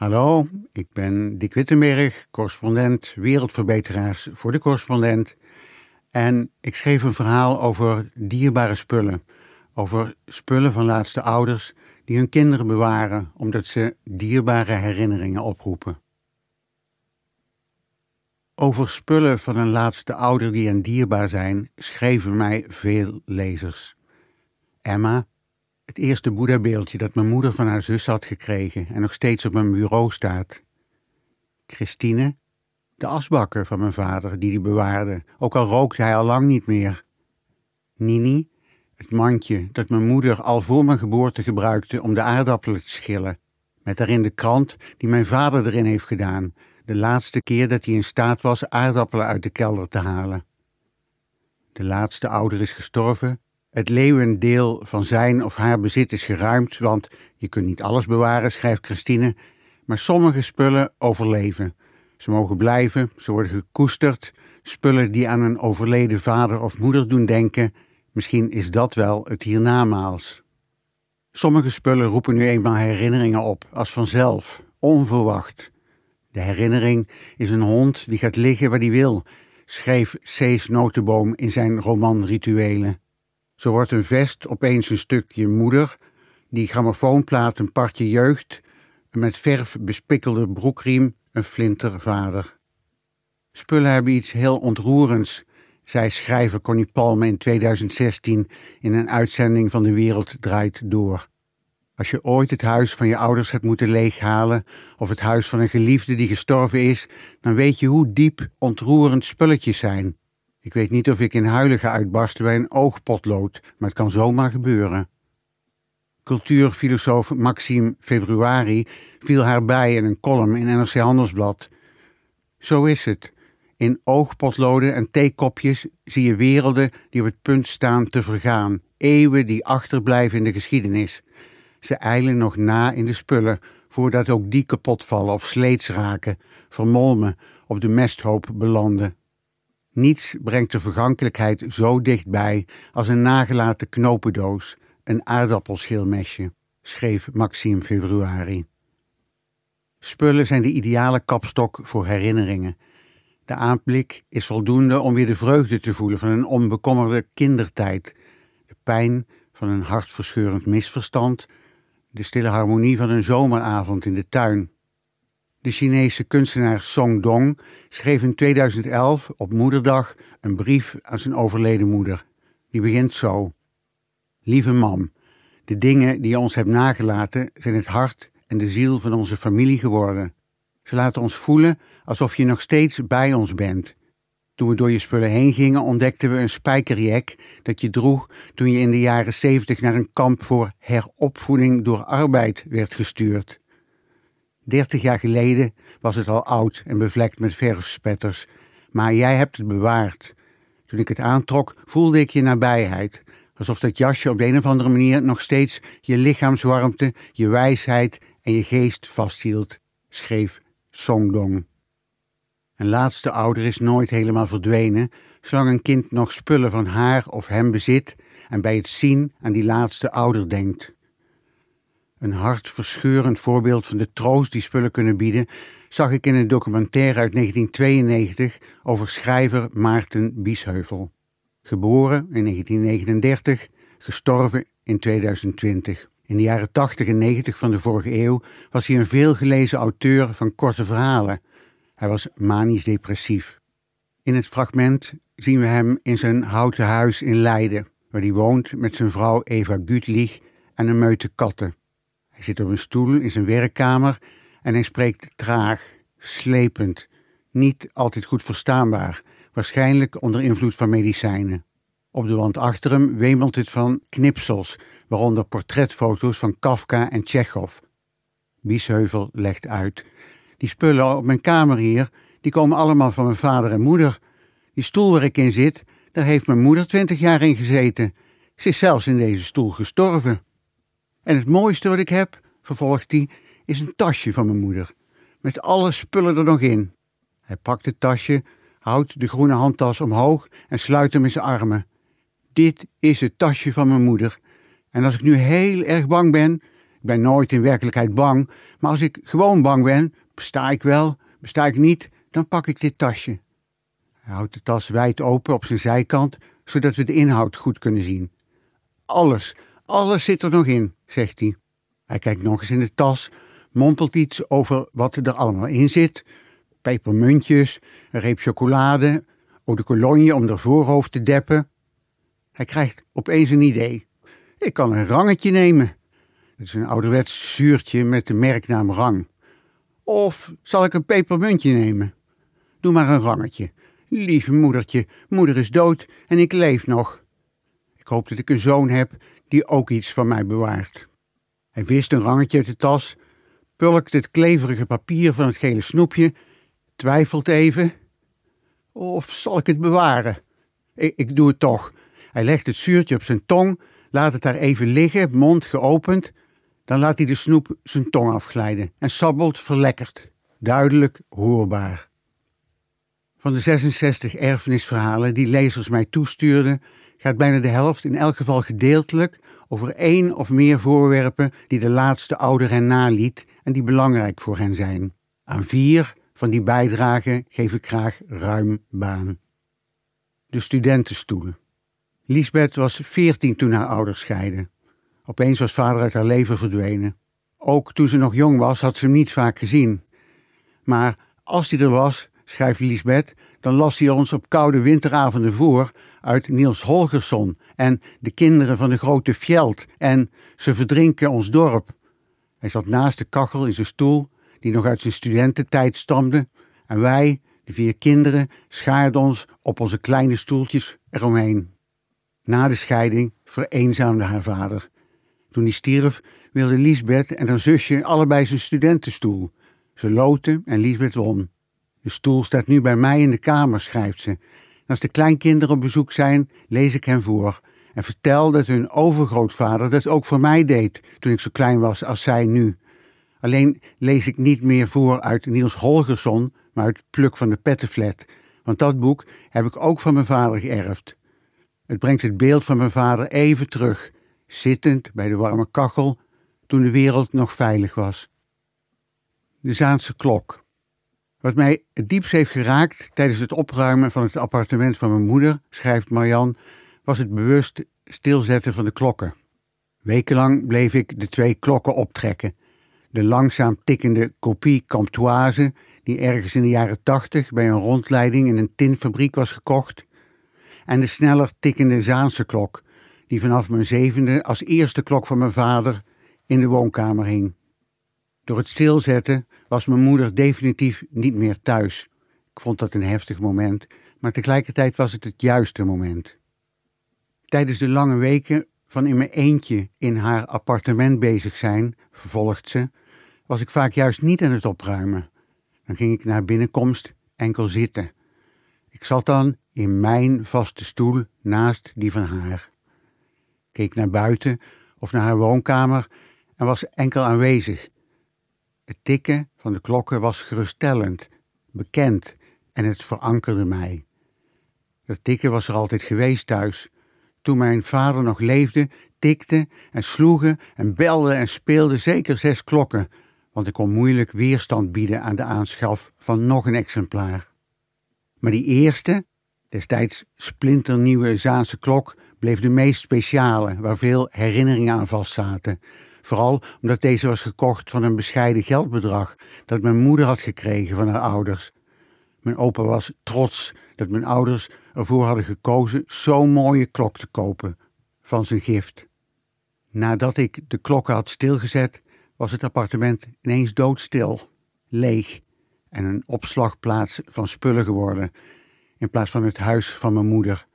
Hallo, ik ben Dick Wittenberg, correspondent Wereldverbeteraars voor de Correspondent. En ik schreef een verhaal over dierbare spullen. Over spullen van laatste ouders die hun kinderen bewaren omdat ze dierbare herinneringen oproepen. Over spullen van een laatste ouder die hen dierbaar zijn, schreven mij veel lezers. Emma, het eerste Boeddha-beeldje dat mijn moeder van haar zus had gekregen en nog steeds op mijn bureau staat. Christine, de asbakker van mijn vader die bewaarde, ook al rookte hij al lang niet meer. Nini, het mandje dat mijn moeder al voor mijn geboorte gebruikte om de aardappelen te schillen, met daarin de krant die mijn vader erin heeft gedaan, de laatste keer dat hij in staat was aardappelen uit de kelder te halen. De laatste ouder is gestorven. Het leeuwendeel van zijn of haar bezit is geruimd, want je kunt niet alles bewaren, schrijft Christine, maar sommige spullen overleven. Ze mogen blijven, ze worden gekoesterd, spullen die aan een overleden vader of moeder doen denken, misschien is dat wel het hiernamaals. Sommige spullen roepen nu eenmaal herinneringen op, als vanzelf, onverwacht. De herinnering is een hond die gaat liggen waar die wil, schreef Cees Notenboom in zijn roman Rituelen. Zo wordt een vest opeens een stukje moeder, die grammofoonplaat een partje jeugd, een met verf bespikkelde broekriem een flintervader. Spullen hebben iets heel ontroerends, zei schrijver Connie Palme in 2016 in een uitzending van De Wereld Draait Door. Als je ooit het huis van je ouders hebt moeten leeghalen of het huis van een geliefde die gestorven is, dan weet je hoe diep ontroerend spulletjes zijn. Ik weet niet of ik in huilen ga uitbarsten bij een oogpotlood, maar het kan zomaar gebeuren. Cultuurfilosoof Maxime Februari viel haar bij in een column in NRC Handelsblad. Zo is het. In oogpotloden en theekopjes zie je werelden die op het punt staan te vergaan, eeuwen die achterblijven in de geschiedenis. Ze eilen nog na in de spullen, voordat ook die kapot vallen of sleets raken, vermolmen, op de mesthoop belanden. Niets brengt de vergankelijkheid zo dichtbij als een nagelaten knopendoos, een aardappelschilmesje, schreef Maxime Februari. Spullen zijn de ideale kapstok voor herinneringen. De aanblik is voldoende om weer de vreugde te voelen van een onbekommerde kindertijd, de pijn van een hartverscheurend misverstand, de stille harmonie van een zomeravond in de tuin. De Chinese kunstenaar Song Dong schreef in 2011 op Moederdag een brief aan zijn overleden moeder. Die begint zo. Lieve mam, de dingen die je ons hebt nagelaten zijn het hart en de ziel van onze familie geworden. Ze laten ons voelen alsof je nog steeds bij ons bent. Toen we door je spullen heen gingen ontdekten we een spijkerjack dat je droeg toen je in de jaren 70 naar een kamp voor heropvoeding door arbeid werd gestuurd. 30 jaar geleden was het al oud en bevlekt met verfspetters, maar jij hebt het bewaard. Toen ik het aantrok voelde ik je nabijheid, alsof dat jasje op de een of andere manier nog steeds je lichaamswarmte, je wijsheid en je geest vasthield, schreef Song Dong. Een laatste ouder is nooit helemaal verdwenen, zolang een kind nog spullen van haar of hem bezit en bij het zien aan die laatste ouder denkt. Een hartverscheurend voorbeeld van de troost die spullen kunnen bieden, zag ik in een documentaire uit 1992 over schrijver Maarten Biesheuvel. Geboren in 1939, gestorven in 2020. In de jaren 80 en 90 van de vorige eeuw was hij een veelgelezen auteur van korte verhalen. Hij was manisch depressief. In het fragment zien we hem in zijn houten huis in Leiden, waar hij woont met zijn vrouw Eva Gütlich en een meute katten. Hij zit op een stoel in zijn werkkamer en hij spreekt traag, slepend, niet altijd goed verstaanbaar, waarschijnlijk onder invloed van medicijnen. Op de wand achter hem wemelt het van knipsels, waaronder portretfoto's van Kafka en Tsjechov. Biesheuvel legt uit. Die spullen op mijn kamer hier, die komen allemaal van mijn vader en moeder. Die stoel waar ik in zit, daar heeft mijn moeder 20 jaar in gezeten. Ze is zelfs in deze stoel gestorven. En het mooiste wat ik heb, vervolgt hij, is een tasje van mijn moeder. Met alle spullen er nog in. Hij pakt het tasje, houdt de groene handtas omhoog en sluit hem in zijn armen. Dit is het tasje van mijn moeder. En als ik nu heel erg bang ben, ben nooit in werkelijkheid bang, maar als ik gewoon bang ben, besta ik wel, besta ik niet, dan pak ik dit tasje. Hij houdt de tas wijd open op zijn zijkant, zodat we de inhoud goed kunnen zien. Alles zit er nog in, zegt hij. Hij kijkt nog eens in de tas, mompelt iets over wat er allemaal in zit. Pepermuntjes, een reep chocolade, eau de cologne om de voorhoofd te deppen. Hij krijgt opeens een idee. Ik kan een rangetje nemen. Het is een ouderwets zuurtje met de merknaam Rang. Of zal ik een pepermuntje nemen? Doe maar een rangetje. Lieve moedertje, moeder is dood en ik leef nog. Ik hoop dat ik een zoon heb die ook iets van mij bewaart. Hij vist een rangetje uit de tas, pulkt het kleverige papier van het gele snoepje, twijfelt even. Of zal ik het bewaren? Ik doe het toch. Hij legt het zuurtje op zijn tong, laat het daar even liggen, mond geopend. Dan laat hij de snoep zijn tong afglijden en sabbelt verlekkerd, duidelijk hoorbaar. Van de 66 erfenisverhalen die lezers mij toestuurden, gaat bijna de helft in elk geval gedeeltelijk over 1 of meer voorwerpen die de laatste ouder hen naliet en die belangrijk voor hen zijn. Aan 4 van die bijdragen geef ik graag ruim baan. De studentenstoel. Liesbeth was 14 toen haar ouders scheidden. Opeens was vader uit haar leven verdwenen. Ook toen ze nog jong was, had ze hem niet vaak gezien. Maar als hij er was, schrijft Liesbeth, dan las hij ons op koude winteravonden voor uit Niels Holgersson en De kinderen van de grote Fjeld en Ze verdrinken ons dorp. Hij zat naast de kachel in zijn stoel, die nog uit zijn studententijd stamde, en wij, de 4 kinderen, schaarden ons op onze kleine stoeltjes eromheen. Na de scheiding vereenzaamde haar vader. Toen hij stierf, wilde Liesbeth en haar zusje allebei zijn studentenstoel. Ze loten en Liesbeth won. De stoel staat nu bij mij in de kamer, schrijft ze. En als de kleinkinderen op bezoek zijn, lees ik hen voor en vertel dat hun overgrootvader dat ook voor mij deed toen ik zo klein was als zij nu. Alleen lees ik niet meer voor uit Niels Holgersson, maar uit Pluk van de Pettenflat, want dat boek heb ik ook van mijn vader geërfd. Het brengt het beeld van mijn vader even terug, zittend bij de warme kachel, toen de wereld nog veilig was. De Zaanse klok. Wat mij het diepst heeft geraakt tijdens het opruimen van het appartement van mijn moeder, schrijft Marian, was het bewust stilzetten van de klokken. Wekenlang bleef ik de 2 klokken optrekken. De langzaam tikkende kopie Comtoise, die ergens in de jaren 80 bij een rondleiding in een tinfabriek was gekocht, en de sneller tikkende Zaanse klok, die vanaf mijn 7e als eerste klok van mijn vader in de woonkamer hing. Door het stilzetten was mijn moeder definitief niet meer thuis. Ik vond dat een heftig moment, maar tegelijkertijd was het juiste moment. Tijdens de lange weken van in mijn eentje in haar appartement bezig zijn, vervolgt ze, was ik vaak juist niet aan het opruimen. Dan ging ik naar binnenkomst enkel zitten. Ik zat dan in mijn vaste stoel naast die van haar. Keek naar buiten of naar haar woonkamer en was enkel aanwezig. Het tikken van de klokken was geruststellend, bekend en het verankerde mij. Dat tikken was er altijd geweest thuis. Toen mijn vader nog leefde, tikten en sloegen en belden en speelden zeker 6 klokken, want ik kon moeilijk weerstand bieden aan de aanschaf van nog een exemplaar. Maar die eerste, destijds splinternieuwe Zaanse klok, bleef de meest speciale, waar veel herinneringen aan vastzaten. Vooral omdat deze was gekocht van een bescheiden geldbedrag dat mijn moeder had gekregen van haar ouders. Mijn opa was trots dat mijn ouders ervoor hadden gekozen zo'n mooie klok te kopen van zijn gift. Nadat ik de klokken had stilgezet, was het appartement ineens doodstil, leeg en een opslagplaats van spullen geworden, in plaats van het huis van mijn moeder.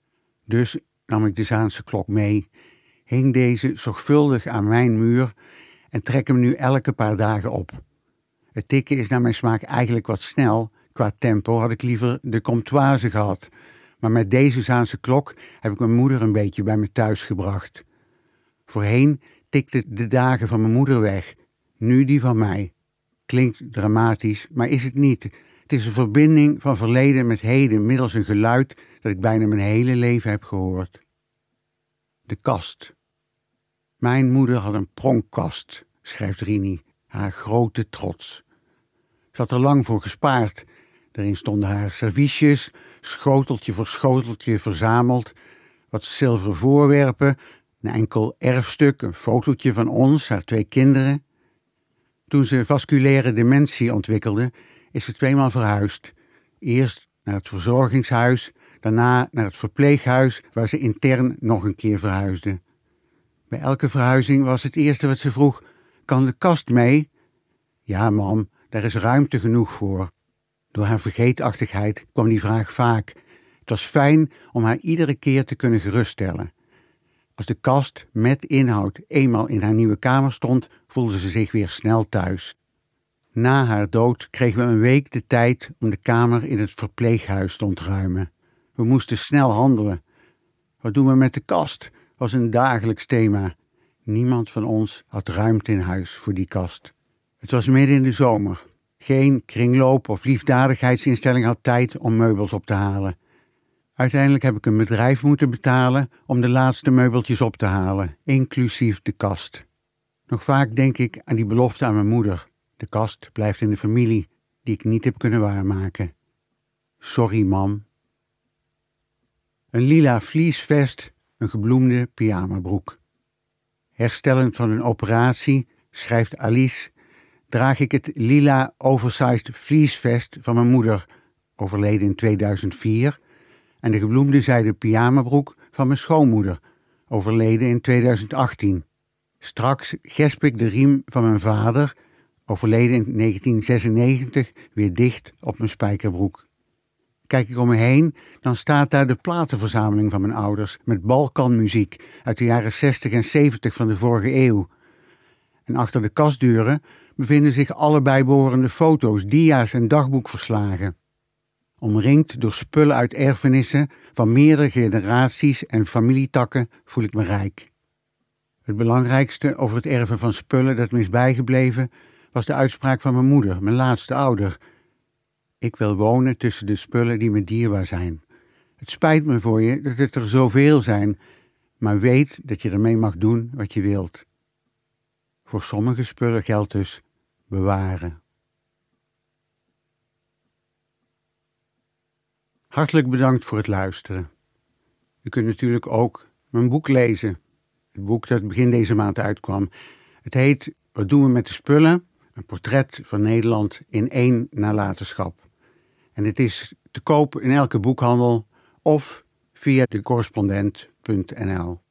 Dus nam ik de Zaanse klok mee, hing deze zorgvuldig aan mijn muur en trek hem nu elke paar dagen op. Het tikken is naar mijn smaak eigenlijk wat snel. Qua tempo had ik liever de Comtoise gehad, maar met deze Zaanse klok heb ik mijn moeder een beetje bij me thuis gebracht. Voorheen tikte de dagen van mijn moeder weg, nu die van mij. Klinkt dramatisch, maar is het niet. Het is een verbinding van verleden met heden middels een geluid dat ik bijna mijn hele leven heb gehoord. De kast. Mijn moeder had een pronkkast, schrijft Rini, haar grote trots. Ze had er lang voor gespaard. Daarin stonden haar serviesjes, schoteltje voor schoteltje verzameld, wat zilveren voorwerpen, een enkel erfstuk, een fotootje van ons, haar 2 kinderen. Toen ze vasculaire dementie ontwikkelde, is ze 2 maal verhuisd. Eerst naar het verzorgingshuis, daarna naar het verpleeghuis, waar ze intern nog een keer verhuisde. Bij elke verhuizing was het eerste wat ze vroeg: kan de kast mee? Ja, mam, daar is ruimte genoeg voor. Door haar vergeetachtigheid kwam die vraag vaak. Het was fijn om haar iedere keer te kunnen geruststellen. Als de kast met inhoud eenmaal in haar nieuwe kamer stond, voelde ze zich weer snel thuis. Na haar dood kregen we een week de tijd om de kamer in het verpleeghuis te ontruimen. We moesten snel handelen. Wat doen we met de kast? Was een dagelijks thema. Niemand van ons had ruimte in huis voor die kast. Het was midden in de zomer. Geen kringloop of liefdadigheidsinstelling had tijd om meubels op te halen. Uiteindelijk heb ik een bedrijf moeten betalen om de laatste meubeltjes op te halen, inclusief de kast. Nog vaak denk ik aan die belofte aan mijn moeder. De kast blijft in de familie, die ik niet heb kunnen waarmaken. Sorry, mam. Een lila vliesvest, een gebloemde pyjamabroek. Herstellend van een operatie, schrijft Alice, draag ik het lila oversized vliesvest van mijn moeder, overleden in 2004, en de gebloemde zijden pyjamabroek van mijn schoonmoeder, overleden in 2018. Straks gesp ik de riem van mijn vader, overleden in 1996, weer dicht op mijn spijkerbroek. Kijk ik om me heen, dan staat daar de platenverzameling van mijn ouders met Balkanmuziek uit de jaren 60 en 70 van de vorige eeuw. En achter de kastdeuren bevinden zich alle bijbehorende foto's, dia's en dagboekverslagen. Omringd door spullen uit erfenissen van meerdere generaties en familietakken voel ik me rijk. Het belangrijkste over het erven van spullen dat me is bijgebleven was de uitspraak van mijn moeder, mijn laatste ouder. Ik wil wonen tussen de spullen die me dierbaar zijn. Het spijt me voor je dat het er zoveel zijn, maar weet dat je ermee mag doen wat je wilt. Voor sommige spullen geldt dus bewaren. Hartelijk bedankt voor het luisteren. U kunt natuurlijk ook mijn boek lezen. Het boek dat begin deze maand uitkwam. Het heet Wat doen we met de spullen? Een portret van Nederland in 1 nalatenschap. En het is te koop in elke boekhandel of via decorrespondent.nl.